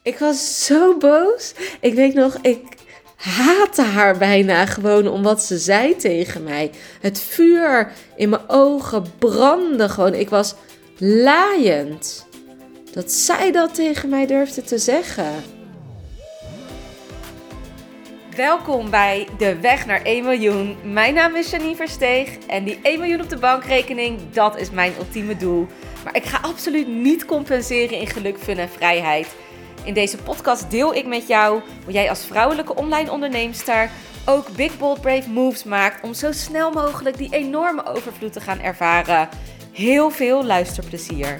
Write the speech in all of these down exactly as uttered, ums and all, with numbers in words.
Ik was zo boos. Ik weet nog, ik haatte haar bijna gewoon om wat ze zei tegen mij. Het vuur in mijn ogen brandde gewoon. Ik was laaiend. Dat zij dat tegen mij durfde te zeggen. Welkom bij De Weg naar één miljoen. Mijn naam is Janine Versteeg en die één miljoen op de bankrekening, dat is mijn ultieme doel. Maar ik ga absoluut niet compenseren in geluk, fun en vrijheid. In deze podcast deel ik met jou hoe jij als vrouwelijke online onderneemster ook big, bold, brave moves maakt om zo snel mogelijk die enorme overvloed te gaan ervaren. Heel veel luisterplezier.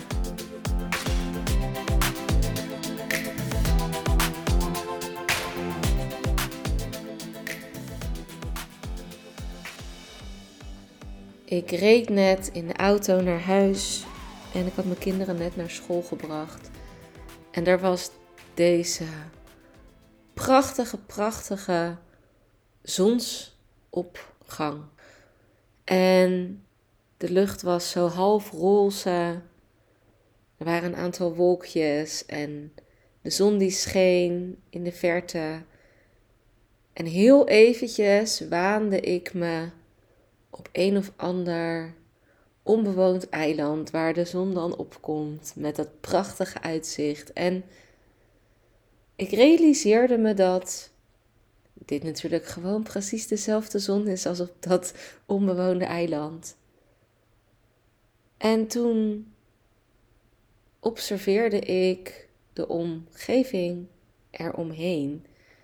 Ik reed net in de auto naar huis en ik had mijn kinderen net naar school gebracht. En er was deze prachtige, prachtige zonsopgang. En de lucht was zo half roze. Er waren een aantal wolkjes en de zon die scheen in de verte. En heel eventjes waande ik me op een of ander onbewoond eiland waar de zon dan opkomt met dat prachtige uitzicht. En ik realiseerde me dat dit natuurlijk gewoon precies dezelfde zon is als op dat onbewoonde eiland. En toen observeerde ik de omgeving eromheen.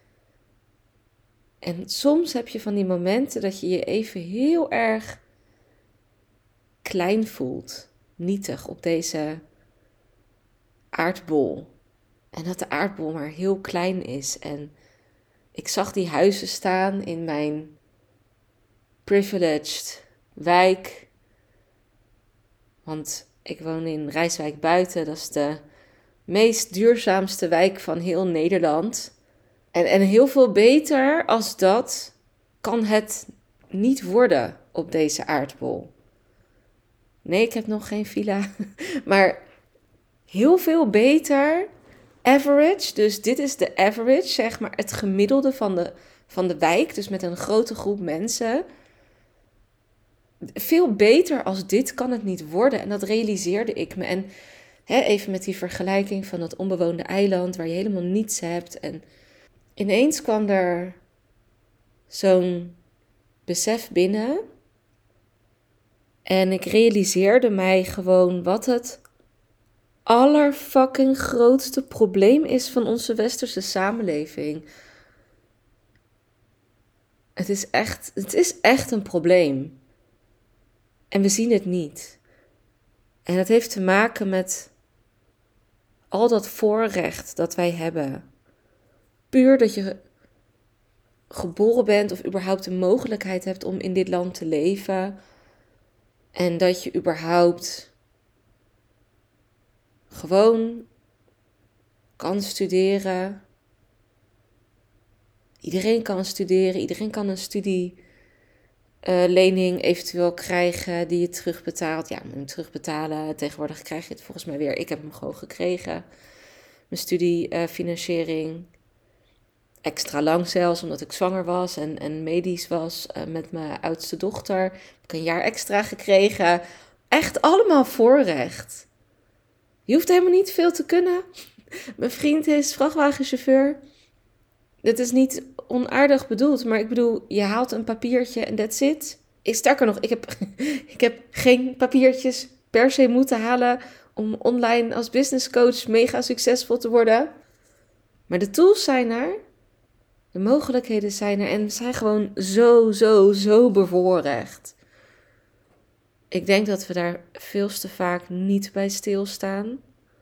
En soms heb je van die momenten dat je je even heel erg klein voelt, nietig op deze aardbol. En dat de aardbol maar heel klein is. En ik zag die huizen staan in mijn privileged wijk. Want ik woon in Rijswijk Buiten. Dat is de meest duurzaamste wijk van heel Nederland. En, en heel veel beter als dat kan het niet worden op deze aardbol. Nee, ik heb nog geen villa. Maar heel veel beter average. Dus dit is de average, zeg maar het gemiddelde van de, van de wijk. Dus met een grote groep mensen. Veel beter als dit kan het niet worden. En dat realiseerde ik me. En hè, even met die vergelijking van dat onbewoonde eiland waar je helemaal niets hebt. En ineens kwam er zo'n besef binnen. En ik realiseerde mij gewoon wat het allerfucking grootste probleem is van onze westerse samenleving. Het is echt, het is echt een probleem. En we zien het niet. En het heeft te maken met al dat voorrecht dat wij hebben. Puur dat je geboren bent of überhaupt de mogelijkheid hebt om in dit land te leven. En dat je überhaupt gewoon kan studeren. Iedereen kan studeren. Iedereen kan een studielening uh, eventueel krijgen die je terugbetaalt. Ja, moet je terugbetalen. Tegenwoordig krijg je het volgens mij weer. Ik heb hem gewoon gekregen. Mijn studiefinanciering. Uh, Extra lang zelfs, omdat ik zwanger was en, en medisch was uh, met mijn oudste dochter. Heb ik een jaar extra gekregen. Echt allemaal voorrecht. Je hoeft helemaal niet veel te kunnen. Mijn vriend is vrachtwagenchauffeur. Dit is niet onaardig bedoeld, maar ik bedoel, je haalt een papiertje en that's it. Ik, sterker nog, ik heb, ik heb geen papiertjes per se moeten halen om online als business coach mega succesvol te worden. Maar de tools zijn er. De mogelijkheden zijn er en zijn gewoon zo, zo, zo bevoorrecht. Ik denk dat we daar veel te vaak niet bij stilstaan.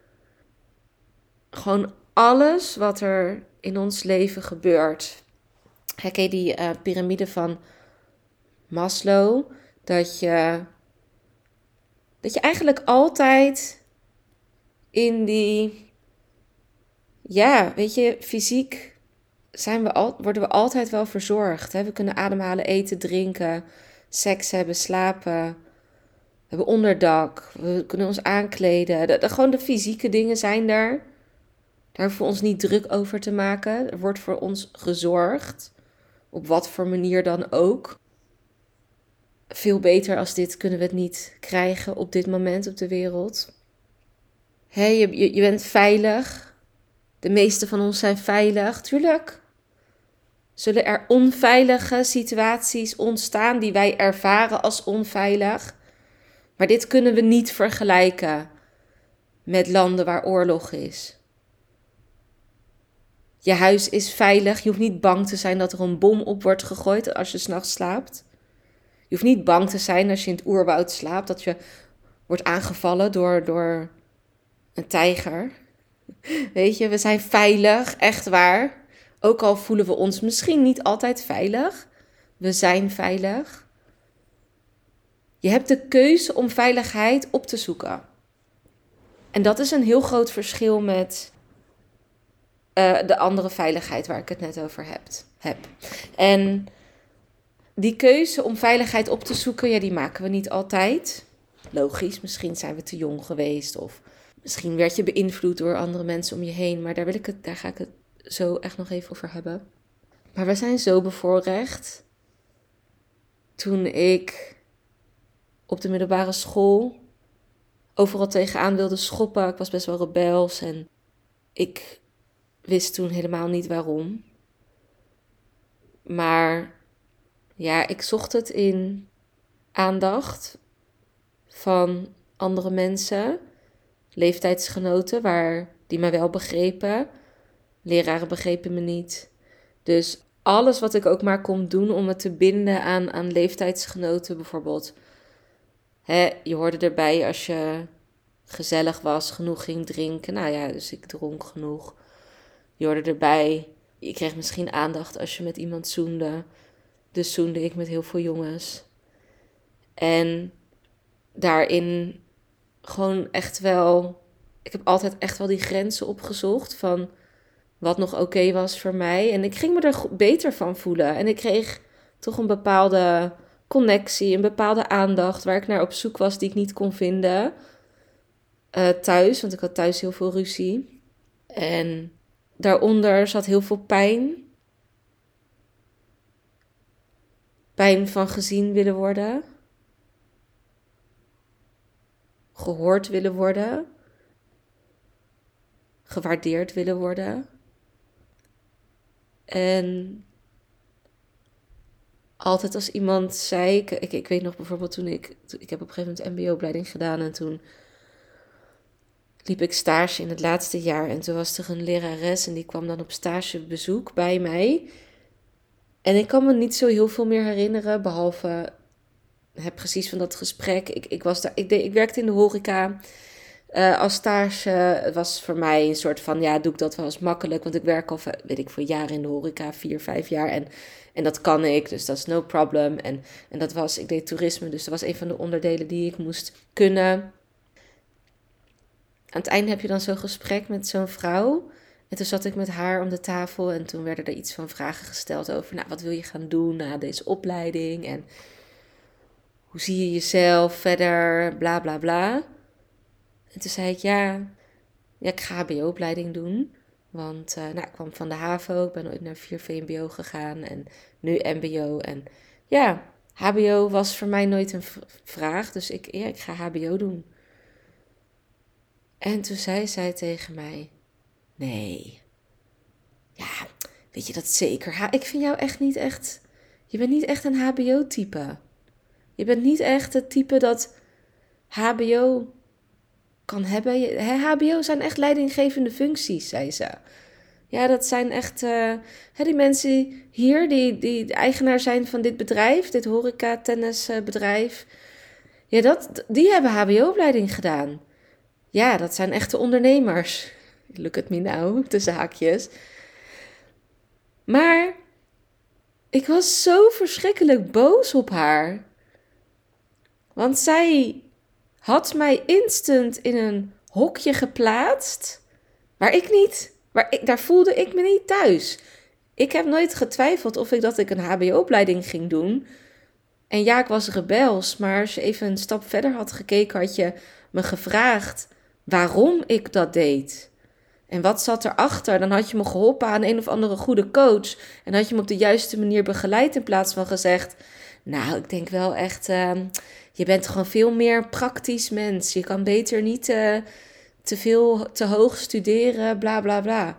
Gewoon alles wat er in ons leven gebeurt. Ken je die uh, piramide van Maslow? Dat je, dat je eigenlijk altijd in die, ja, weet je, fysiek zijn we al, worden we altijd wel verzorgd. Hè? We kunnen ademhalen, eten, drinken, seks hebben, slapen. We hebben onderdak, we kunnen ons aankleden. De, de, gewoon de fysieke dingen zijn er. Daar hoeven we ons niet druk over te maken. Er wordt voor ons gezorgd. Op wat voor manier dan ook. Veel beter als dit kunnen we het niet krijgen op dit moment op de wereld. Hé, je, je, je bent veilig. De meeste van ons zijn veilig. Tuurlijk. Zullen er onveilige situaties ontstaan die wij ervaren als onveilig? Maar dit kunnen we niet vergelijken met landen waar oorlog is. Je huis is veilig. Je hoeft niet bang te zijn dat er een bom op wordt gegooid als je 's nachts slaapt. Je hoeft niet bang te zijn als je in het oerwoud slaapt dat je wordt aangevallen door, door een tijger. Weet je, we zijn veilig, echt waar. Ook al voelen we ons misschien niet altijd veilig. We zijn veilig. Je hebt de keuze om veiligheid op te zoeken. En dat is een heel groot verschil met uh, de andere veiligheid waar ik het net over heb. heb. En die keuze om veiligheid op te zoeken, ja, die maken we niet altijd. Logisch, misschien zijn we te jong geweest of misschien werd je beïnvloed door andere mensen om je heen. Maar daar, wil ik het, daar ga ik het zo echt nog even over hebben. Maar we zijn zo bevoorrecht. Toen ik op de middelbare school overal tegenaan wilde schoppen. Ik was best wel rebels en ik wist toen helemaal niet waarom. Maar ja, ik zocht het in aandacht van andere mensen, leeftijdsgenoten, waar die mij wel begrepen. Leraren begrepen me niet. Dus alles wat ik ook maar kon doen om me te binden aan, aan leeftijdsgenoten, bijvoorbeeld. Hè, je hoorde erbij als je gezellig was, genoeg ging drinken. Nou ja, dus ik dronk genoeg. Je hoorde erbij, je kreeg misschien aandacht als je met iemand zoende. Dus zoende ik met heel veel jongens. En daarin gewoon echt wel, ik heb altijd echt wel die grenzen opgezocht van wat nog oké was voor mij. En ik ging me er beter van voelen. En ik kreeg toch een bepaalde connectie, een bepaalde aandacht waar ik naar op zoek was die ik niet kon vinden. Uh, thuis, want ik had thuis heel veel ruzie. En daaronder zat heel veel pijn. Pijn van gezien willen worden. Gehoord willen worden. Gewaardeerd willen worden. En altijd als iemand zei, ik, ik, ik weet nog bijvoorbeeld toen ik, ik heb op een gegeven moment M B O-opleiding gedaan en toen liep ik stage in het laatste jaar en toen was er een lerares en die kwam dan op stagebezoek bij mij. En ik kan me niet zo heel veel meer herinneren, behalve heb precies van dat gesprek. Ik, ik, was daar, ik, deed, ik werkte in de horeca uh, als stage. Het was voor mij een soort van, ja, doe ik dat wel eens makkelijk. Want ik werk al, weet ik, voor jaren in de horeca, vier, vijf jaar. En, en dat kan ik, dus dat is no problem. En, en dat was, ik deed toerisme, dus dat was een van de onderdelen die ik moest kunnen. Aan het einde heb je dan zo'n gesprek met zo'n vrouw. En toen zat ik met haar om de tafel en toen werden er iets van vragen gesteld over, nou, wat wil je gaan doen na deze opleiding? En hoe zie je jezelf verder, bla bla bla. En toen zei ik, ja, ja ik ga H B O-opleiding doen. Want uh, nou, ik kwam van de HAVO, ik ben ooit naar vier V M B O gegaan en nu M B O. En ja, H B O was voor mij nooit een v- vraag, dus ik, ja, ik ga H B O doen. En toen zei zij tegen mij, nee, ja, weet je dat zeker? Ha, ik vind jou echt niet echt, je bent niet echt een H B O-type. Je bent niet echt het type dat H B O kan hebben. H B O zijn echt leidinggevende functies, zei ze. Ja, dat zijn echt uh, die mensen hier die, die de eigenaar zijn van dit bedrijf, dit horeca-tennisbedrijf. Ja, dat, die hebben H B O-opleiding gedaan. Ja, dat zijn echte ondernemers. Look at me now, tussen haakjes. Maar ik was zo verschrikkelijk boos op haar. Want zij had mij instant in een hokje geplaatst waar ik niet, waar ik, daar voelde ik me niet thuis. Ik heb nooit getwijfeld of ik dat ik een H B O-opleiding ging doen. En ja, ik was rebels, maar als je even een stap verder had gekeken, had je me gevraagd waarom ik dat deed. En wat zat erachter? Dan had je me geholpen aan een of andere goede coach. En had je me op de juiste manier begeleid in plaats van gezegd... Nou, ik denk wel echt... Uh, je bent gewoon veel meer praktisch mens. Je kan beter niet uh, te veel, te hoog studeren, bla bla bla.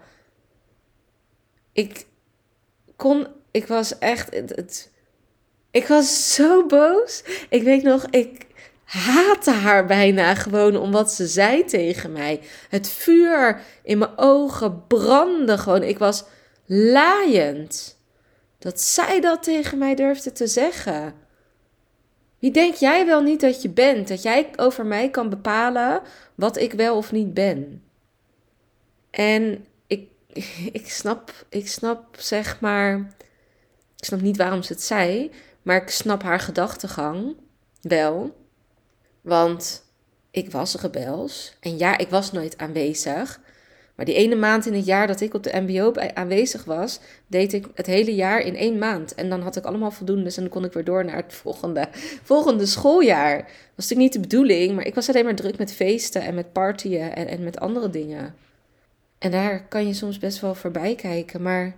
Ik kon... Ik was echt... Het, het, ik was zo boos. Ik weet nog... Ik haatte haar bijna gewoon om wat ze zei tegen mij. Het vuur in mijn ogen brandde gewoon. Ik was laaiend. Dat zij dat tegen mij durfde te zeggen. Wie denk jij wel niet dat je bent? Dat jij over mij kan bepalen wat ik wel of niet ben. En ik, ik, snap, ik snap zeg maar... Ik snap niet waarom ze het zei. Maar ik snap haar gedachtegang wel. Want ik was rebels. En ja, ik was nooit aanwezig. Maar die ene maand in het jaar dat ik op de mbo aanwezig was, deed ik het hele jaar in één maand. En dan had ik allemaal voldoendes en dan kon ik weer door naar het volgende, volgende schooljaar. Dat was natuurlijk niet de bedoeling, maar ik was alleen maar druk met feesten en met partyen en, en met andere dingen. En daar kan je soms best wel voorbij kijken. Maar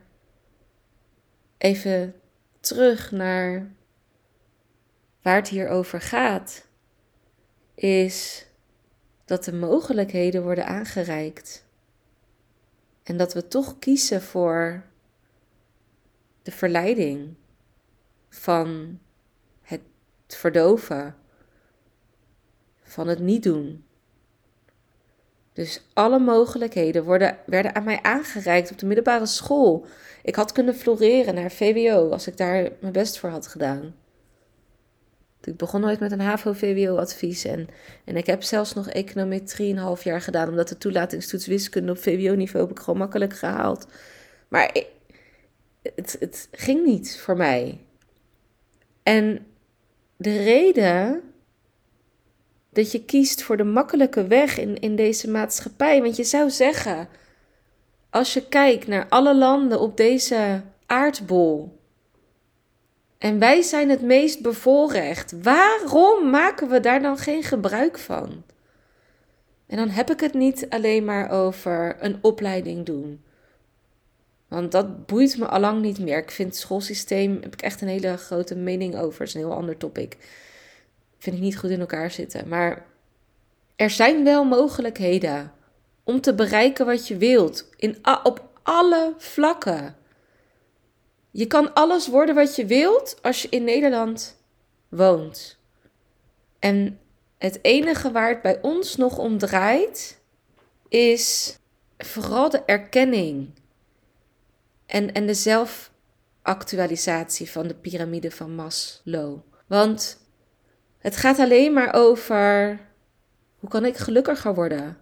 even terug naar waar het hier over gaat, is dat de mogelijkheden worden aangereikt. En dat we toch kiezen voor de verleiding van het verdoven, van het niet doen. Dus alle mogelijkheden worden, werden aan mij aangereikt op de middelbare school. Ik had kunnen floreren naar V W O als ik daar mijn best voor had gedaan. Ik begon nooit met een H A V O-V W O-advies en, en ik heb zelfs nog econometrie een half jaar gedaan, omdat de toelatingstoets wiskunde op V W O-niveau heb ik gewoon makkelijk gehaald. Maar ik, het, het ging niet voor mij. En de reden dat je kiest voor de makkelijke weg in, in deze maatschappij, want je zou zeggen, als je kijkt naar alle landen op deze aardbol, en wij zijn het meest bevoorrecht. Waarom maken we daar dan geen gebruik van? En dan heb ik het niet alleen maar over een opleiding doen. Want dat boeit me allang niet meer. Ik vind het schoolsysteem, heb ik echt een hele grote mening over. Dat is een heel ander topic. Vind ik niet goed in elkaar zitten. Maar er zijn wel mogelijkheden om te bereiken wat je wilt. In, op alle vlakken. Je kan alles worden wat je wilt als je in Nederland woont. En het enige waar het bij ons nog om draait, is vooral de erkenning. En, en de zelfactualisatie van de piramide van Maslow. Want het gaat alleen maar over, hoe kan ik gelukkiger worden?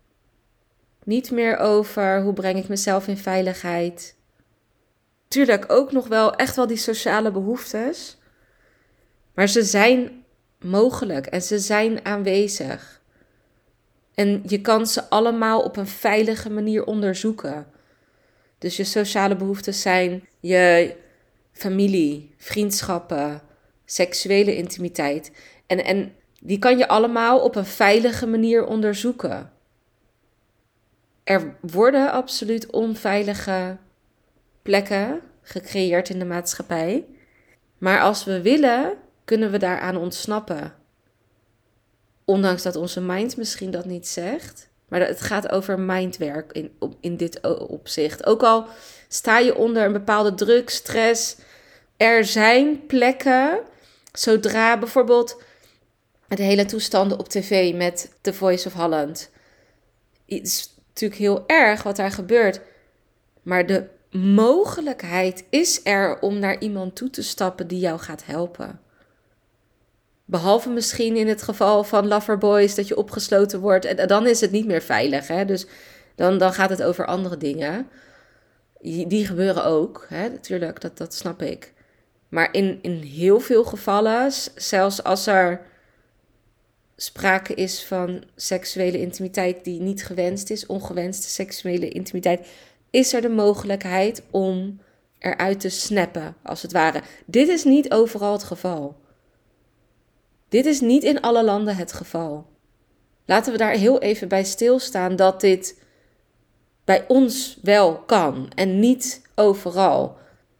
Niet meer over, hoe breng ik mezelf in veiligheid? Tuurlijk ook nog wel echt wel die sociale behoeftes. Maar ze zijn mogelijk en ze zijn aanwezig. En je kan ze allemaal op een veilige manier onderzoeken. Dus je sociale behoeftes zijn je familie, vriendschappen, seksuele intimiteit. En, en die kan je allemaal op een veilige manier onderzoeken. Er worden absoluut onveilige plekken gecreëerd in de maatschappij. Maar als we willen, kunnen we daaraan ontsnappen. Ondanks dat onze mind misschien dat niet zegt. Maar het gaat over mindwerk in, in dit opzicht. Ook al sta je onder een bepaalde druk, stress. Er zijn plekken, zodra bijvoorbeeld de hele toestanden op tv met The Voice of Holland. Het is natuurlijk heel erg wat daar gebeurt. Maar de mogelijkheid is er om naar iemand toe te stappen die jou gaat helpen. Behalve misschien in het geval van loverboys dat je opgesloten wordt. En dan is het niet meer veilig. Hè? Dus dan, dan gaat het over andere dingen. Die, die gebeuren ook. Hè? Natuurlijk, dat, dat snap ik. Maar in, in heel veel gevallen, zelfs als er sprake is van seksuele intimiteit die niet gewenst is, ongewenste seksuele intimiteit, is er de mogelijkheid om eruit te snappen, als het ware. Dit is niet overal het geval. Dit is niet in alle landen het geval. Laten we daar heel even bij stilstaan dat dit bij ons wel kan en niet overal.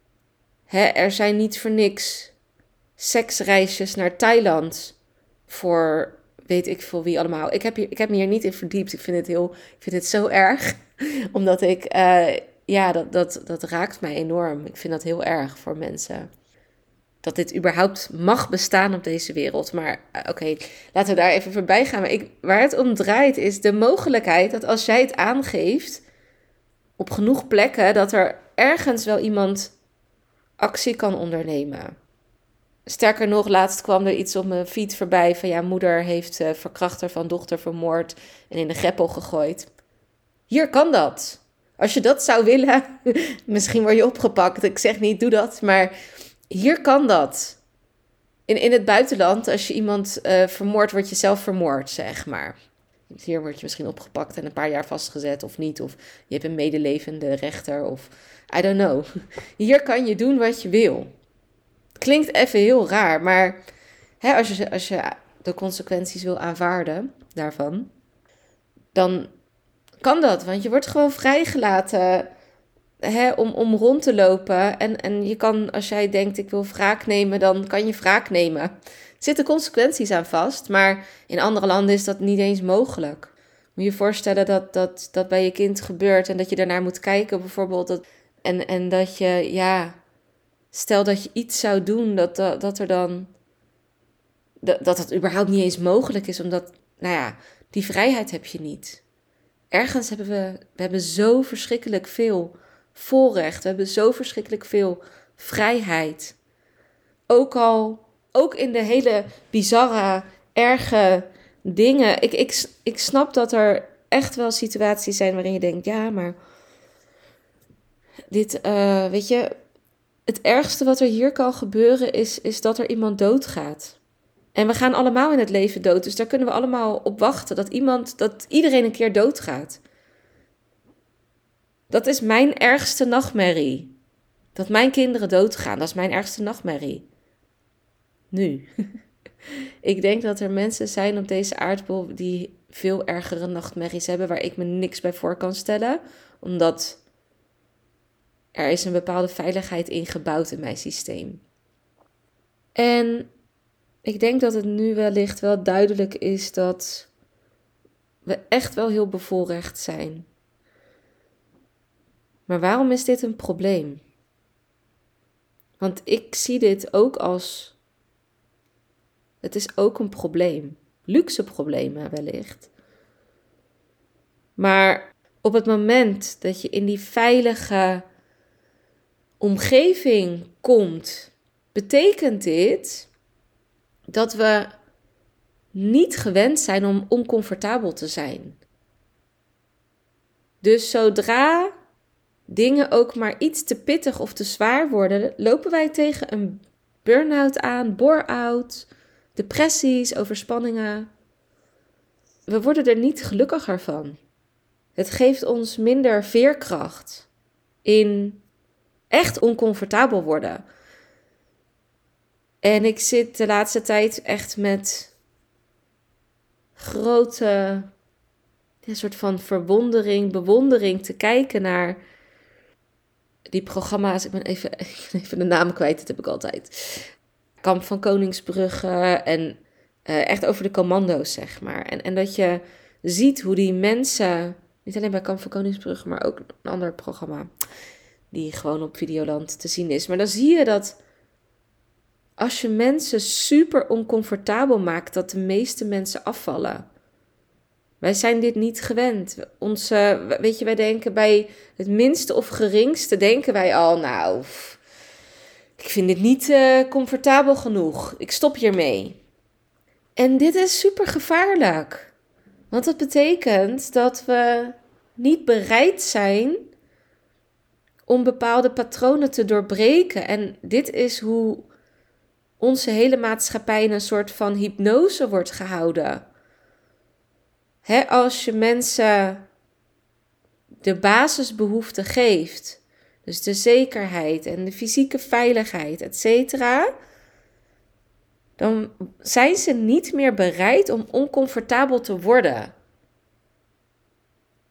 Hè, er zijn niet voor niks seksreisjes naar Thailand voor weet ik veel wie allemaal. Ik heb, hier, ik heb me hier niet in verdiept. Ik vind het, heel, ik vind het zo erg, omdat ik, uh, ja, dat, dat, dat raakt mij enorm. Ik vind dat heel erg voor mensen. Dat dit überhaupt mag bestaan op deze wereld. Maar uh, oké, okay, laten we daar even voorbij gaan. Maar ik, waar het om draait is de mogelijkheid dat als jij het aangeeft op genoeg plekken, dat er ergens wel iemand actie kan ondernemen. Sterker nog, laatst kwam er iets op mijn feed voorbij van ja, moeder heeft uh, verkrachter van dochter vermoord en in de greppel gegooid. Hier kan dat. Als je dat zou willen, misschien word je opgepakt. Ik zeg niet, doe dat, maar hier kan dat. In, in het buitenland, als je iemand uh, vermoordt, word je zelf vermoord, zeg maar. Hier word je misschien opgepakt en een paar jaar vastgezet of niet. Of je hebt een medelevende rechter of I don't know. Hier kan je doen wat je wil. Klinkt even heel raar, maar hè, als, je, als je de consequenties wil aanvaarden daarvan, dan kan dat. Want je wordt gewoon vrijgelaten hè, om, om rond te lopen. En, en je kan, als jij denkt ik wil wraak nemen, dan kan je wraak nemen. Er zitten consequenties aan vast, maar in andere landen is dat niet eens mogelijk. Moet je je voorstellen dat dat, dat bij je kind gebeurt en dat je daarnaar moet kijken bijvoorbeeld. Dat, en, en dat je, ja... Stel dat je iets zou doen, dat, dat, dat er dan... Dat, dat het überhaupt niet eens mogelijk is, omdat... Nou ja, die vrijheid heb je niet. Ergens hebben we... We hebben zo verschrikkelijk veel voorrecht. We hebben zo verschrikkelijk veel vrijheid. Ook al... Ook in de hele bizarre, erge dingen. Ik, ik, ik snap dat er echt wel situaties zijn waarin je denkt... Ja, maar... Dit, uh, weet je... Het ergste wat er hier kan gebeuren is, is dat er iemand doodgaat. En we gaan allemaal in het leven dood. Dus daar kunnen we allemaal op wachten. Dat, iemand, dat iedereen een keer doodgaat. Dat is mijn ergste nachtmerrie. Dat mijn kinderen doodgaan. Dat is mijn ergste nachtmerrie. Nu. Ik denk dat er mensen zijn op deze aardbol die veel ergere nachtmerries hebben. Waar ik me niks bij voor kan stellen. Omdat... Er is een bepaalde veiligheid ingebouwd in mijn systeem. En ik denk dat het nu wellicht wel duidelijk is dat we echt wel heel bevoorrecht zijn. Maar waarom is dit een probleem? Want ik zie dit ook als... Het is ook een probleem. Luxe problemen wellicht. Maar op het moment dat je in die veilige... omgeving komt, betekent dit dat we niet gewend zijn om oncomfortabel te zijn. Dus zodra dingen ook maar iets te pittig of te zwaar worden, lopen wij tegen een burn-out aan, bore-out, depressies, overspanningen. We worden er niet gelukkiger van. Het geeft ons minder veerkracht in echt oncomfortabel worden. En ik zit de laatste tijd echt met grote, een soort van verwondering, bewondering te kijken naar die programma's. Ik ben even, ik ben even de naam kwijt, dat heb ik altijd. Kamp van Koningsbrugge en uh, echt over de commando's, zeg maar. En, en dat je ziet hoe die mensen, niet alleen bij Kamp van Koningsbrugge, maar ook een ander programma, die gewoon op Videoland te zien is. Maar dan zie je dat als je mensen super oncomfortabel maakt, dat de meeste mensen afvallen. Wij zijn dit niet gewend. Onze, weet je, wij denken bij het minste of geringste, denken wij al, nou, ik vind dit niet uh, comfortabel genoeg. Ik stop hiermee. En dit is super gevaarlijk. Want dat betekent dat we niet bereid zijn om bepaalde patronen te doorbreken. En dit is hoe onze hele maatschappij in een soort van hypnose wordt gehouden. Hè, als je mensen de basisbehoeften geeft, dus de zekerheid en de fysieke veiligheid, et cetera, dan zijn ze niet meer bereid om oncomfortabel te worden.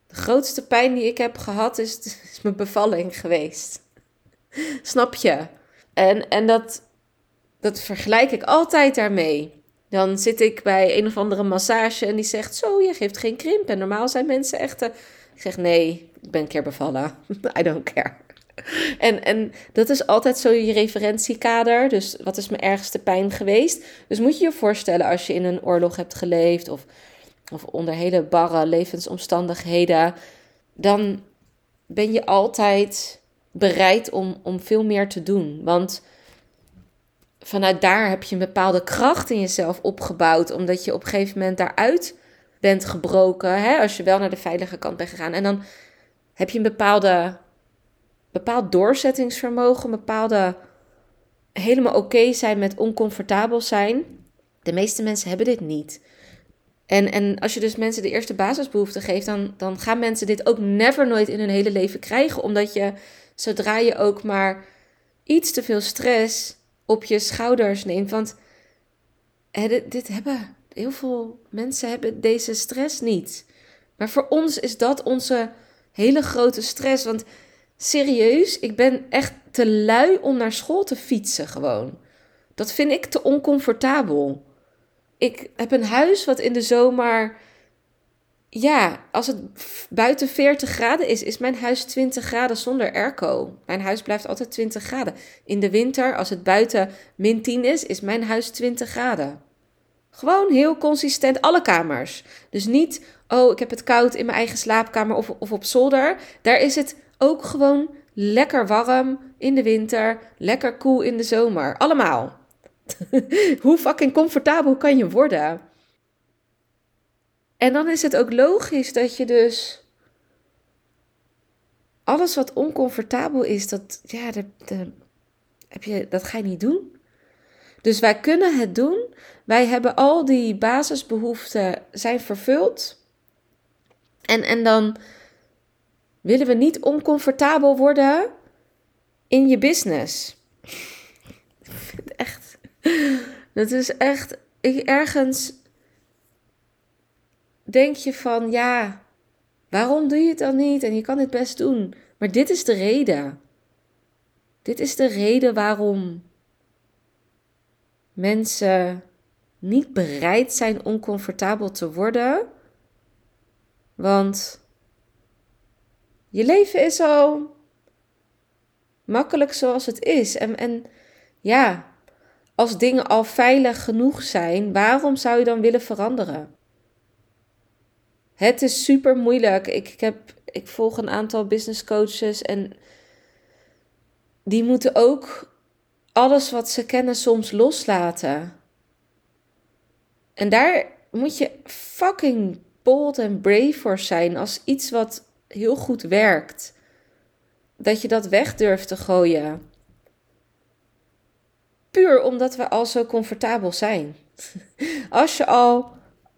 De grootste pijn die ik heb gehad is, is mijn bevalling geweest. Snap je? En, en dat, dat vergelijk ik altijd daarmee. Dan zit ik bij een of andere massage en die zegt, zo, je geeft geen krimp. En normaal zijn mensen echt... Uh... Ik zeg, nee, ik ben een keer bevallen. I don't care. En, en dat is altijd zo je referentiekader. Dus wat is mijn ergste pijn geweest? Dus moet je je voorstellen als je in een oorlog hebt geleefd... of, of onder hele barre levensomstandigheden... dan ben je altijd bereid om, om veel meer te doen. Want vanuit daar heb je een bepaalde kracht in jezelf opgebouwd... omdat je op een gegeven moment daaruit bent gebroken... Hè, als je wel naar de veilige kant bent gegaan. En dan heb je een bepaalde... bepaald doorzettingsvermogen, een bepaalde helemaal oké zijn met oncomfortabel zijn. De meeste mensen hebben dit niet. En, en als je dus mensen de eerste basisbehoeften geeft, dan, dan gaan mensen dit ook never nooit in hun hele leven krijgen. Omdat je, zodra je ook maar iets te veel stress op je schouders neemt. Want hè, dit, dit hebben, heel veel mensen hebben deze stress niet. Maar voor ons is dat onze hele grote stress, want... Serieus, ik ben echt te lui om naar school te fietsen gewoon. Dat vind ik te oncomfortabel. Ik heb een huis wat in de zomer... Ja, als het buiten veertig graden is, is mijn huis twintig graden zonder airco. Mijn huis blijft altijd twintig graden. In de winter, als het buiten min tien is, is mijn huis twintig graden. Gewoon heel consistent, alle kamers. Dus niet, oh, ik heb het koud in mijn eigen slaapkamer of, of op zolder. Daar is het... ook gewoon lekker warm in de winter, lekker koel in de zomer. Allemaal. Hoe fucking comfortabel kan je worden? En dan is het ook logisch dat je dus... alles wat oncomfortabel is, dat, ja, dat, dat, heb je, dat ga je niet doen. Dus wij kunnen het doen. Wij hebben al die basisbehoeften zijn vervuld. En, en dan... willen we niet oncomfortabel worden in je business? Ik vind echt... Dat is echt... Ik, ergens denk je van... ja, waarom doe je het dan niet? En je kan het best doen. Maar dit is de reden. Dit is de reden waarom mensen niet bereid zijn oncomfortabel te worden. Want... je leven is al makkelijk zoals het is. En, en ja, als dingen al veilig genoeg zijn, waarom zou je dan willen veranderen? Het is super moeilijk. Ik, ik, heb, ik volg een aantal business coaches en die moeten ook alles wat ze kennen soms loslaten. En daar moet je fucking bold en brave voor zijn als iets wat heel goed werkt. Dat je dat weg durft te gooien. Puur omdat we al zo comfortabel zijn. Als je al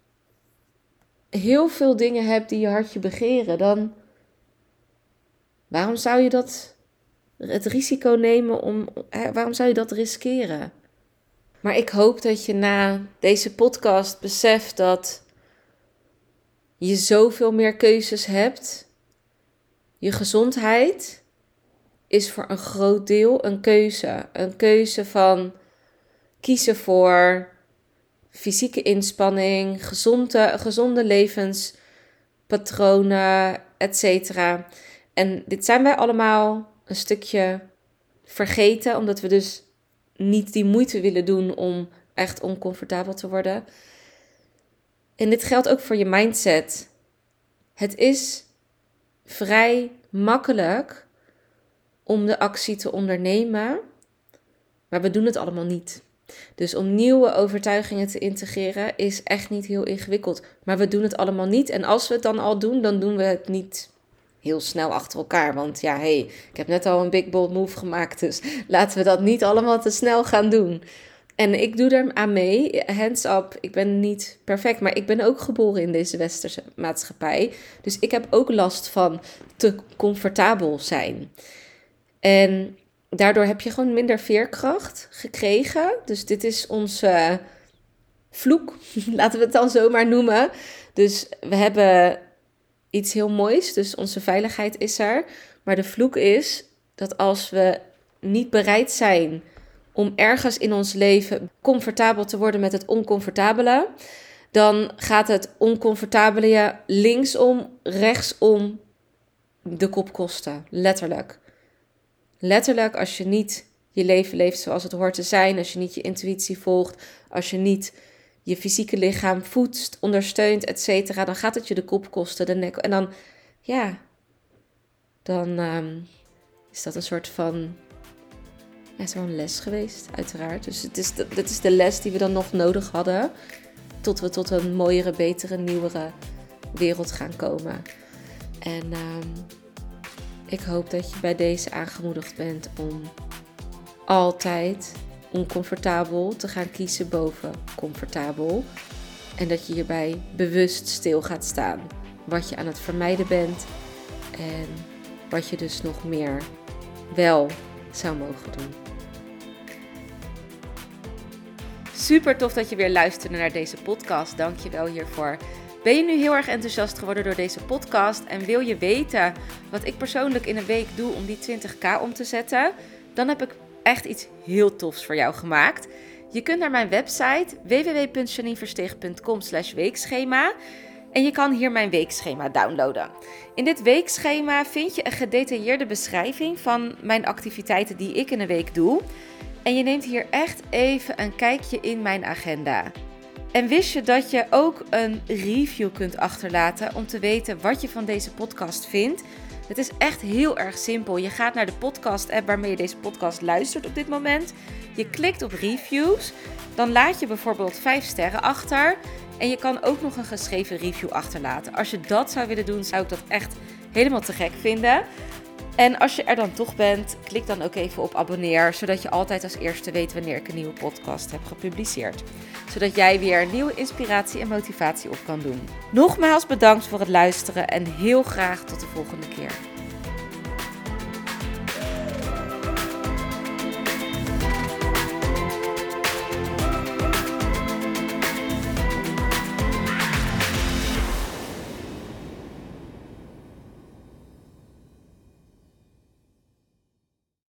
heel veel dingen hebt die je hartje begeren, dan waarom zou je dat het risico nemen om, hè, waarom zou je dat riskeren? Maar ik hoop dat je na deze podcast beseft dat je zoveel meer keuzes hebt. Je gezondheid is voor een groot deel een keuze. Een keuze van kiezen voor fysieke inspanning, gezonde, gezonde levenspatronen, et cetera. En dit zijn wij allemaal een stukje vergeten, omdat we dus niet die moeite willen doen om echt oncomfortabel te worden. En dit geldt ook voor je mindset. Het is vrij makkelijk om de actie te ondernemen, maar we doen het allemaal niet. Dus om nieuwe overtuigingen te integreren is echt niet heel ingewikkeld. Maar we doen het allemaal niet. En als we het dan al doen, dan doen we het niet heel snel achter elkaar. Want ja, hé, hey, ik heb net al een big bold move gemaakt. Dus laten we dat niet allemaal te snel gaan doen. En ik doe er aan mee, hands up. Ik ben niet perfect, maar ik ben ook geboren in deze westerse maatschappij. Dus ik heb ook last van te comfortabel zijn. En daardoor heb je gewoon minder veerkracht gekregen. Dus dit is onze vloek, laten we het dan zo maar noemen. Dus we hebben iets heel moois, dus onze veiligheid is er. Maar de vloek is dat als we niet bereid zijn om ergens in ons leven comfortabel te worden met het oncomfortabele, dan gaat het oncomfortabele je linksom, rechtsom de kop kosten. Letterlijk. Letterlijk, als je niet je leven leeft zoals het hoort te zijn, als je niet je intuïtie volgt, als je niet je fysieke lichaam voedt, ondersteunt, et cetera, dan gaat het je de kop kosten, de nek. En dan, ja, dan um, is dat een soort van, ja, zo'n les geweest, uiteraard. Dus het is de, dit is de les die we dan nog nodig hadden, tot we tot een mooiere, betere, nieuwere wereld gaan komen. En um, ik hoop dat je bij deze aangemoedigd bent om altijd oncomfortabel te gaan kiezen boven comfortabel. En dat je hierbij bewust stil gaat staan. Wat je aan het vermijden bent en wat je dus nog meer wel zou mogen doen. Super tof dat je weer luisterde naar deze podcast. Dank je wel hiervoor. Ben je nu heel erg enthousiast geworden door deze podcast en wil je weten wat ik persoonlijk in een week doe om die twintig k om te zetten? Dan heb ik echt iets heel tofs voor jou gemaakt. Je kunt naar mijn website w w w punt janine versteeg punt com slash weekschema en je kan hier mijn weekschema downloaden. In dit weekschema vind je een gedetailleerde beschrijving van mijn activiteiten die ik in een week doe. En je neemt hier echt even een kijkje in mijn agenda. En wist je dat je ook een review kunt achterlaten om te weten wat je van deze podcast vindt? Het is echt heel erg simpel. Je gaat naar de podcast-app waarmee je deze podcast luistert op dit moment. Je klikt op reviews. Dan laat je bijvoorbeeld vijf sterren achter. En je kan ook nog een geschreven review achterlaten. Als je dat zou willen doen, zou ik dat echt helemaal te gek vinden. En als je er dan toch bent, klik dan ook even op abonneer, zodat je altijd als eerste weet wanneer ik een nieuwe podcast heb gepubliceerd. Zodat jij weer nieuwe inspiratie en motivatie op kan doen. Nogmaals bedankt voor het luisteren en heel graag tot de volgende keer.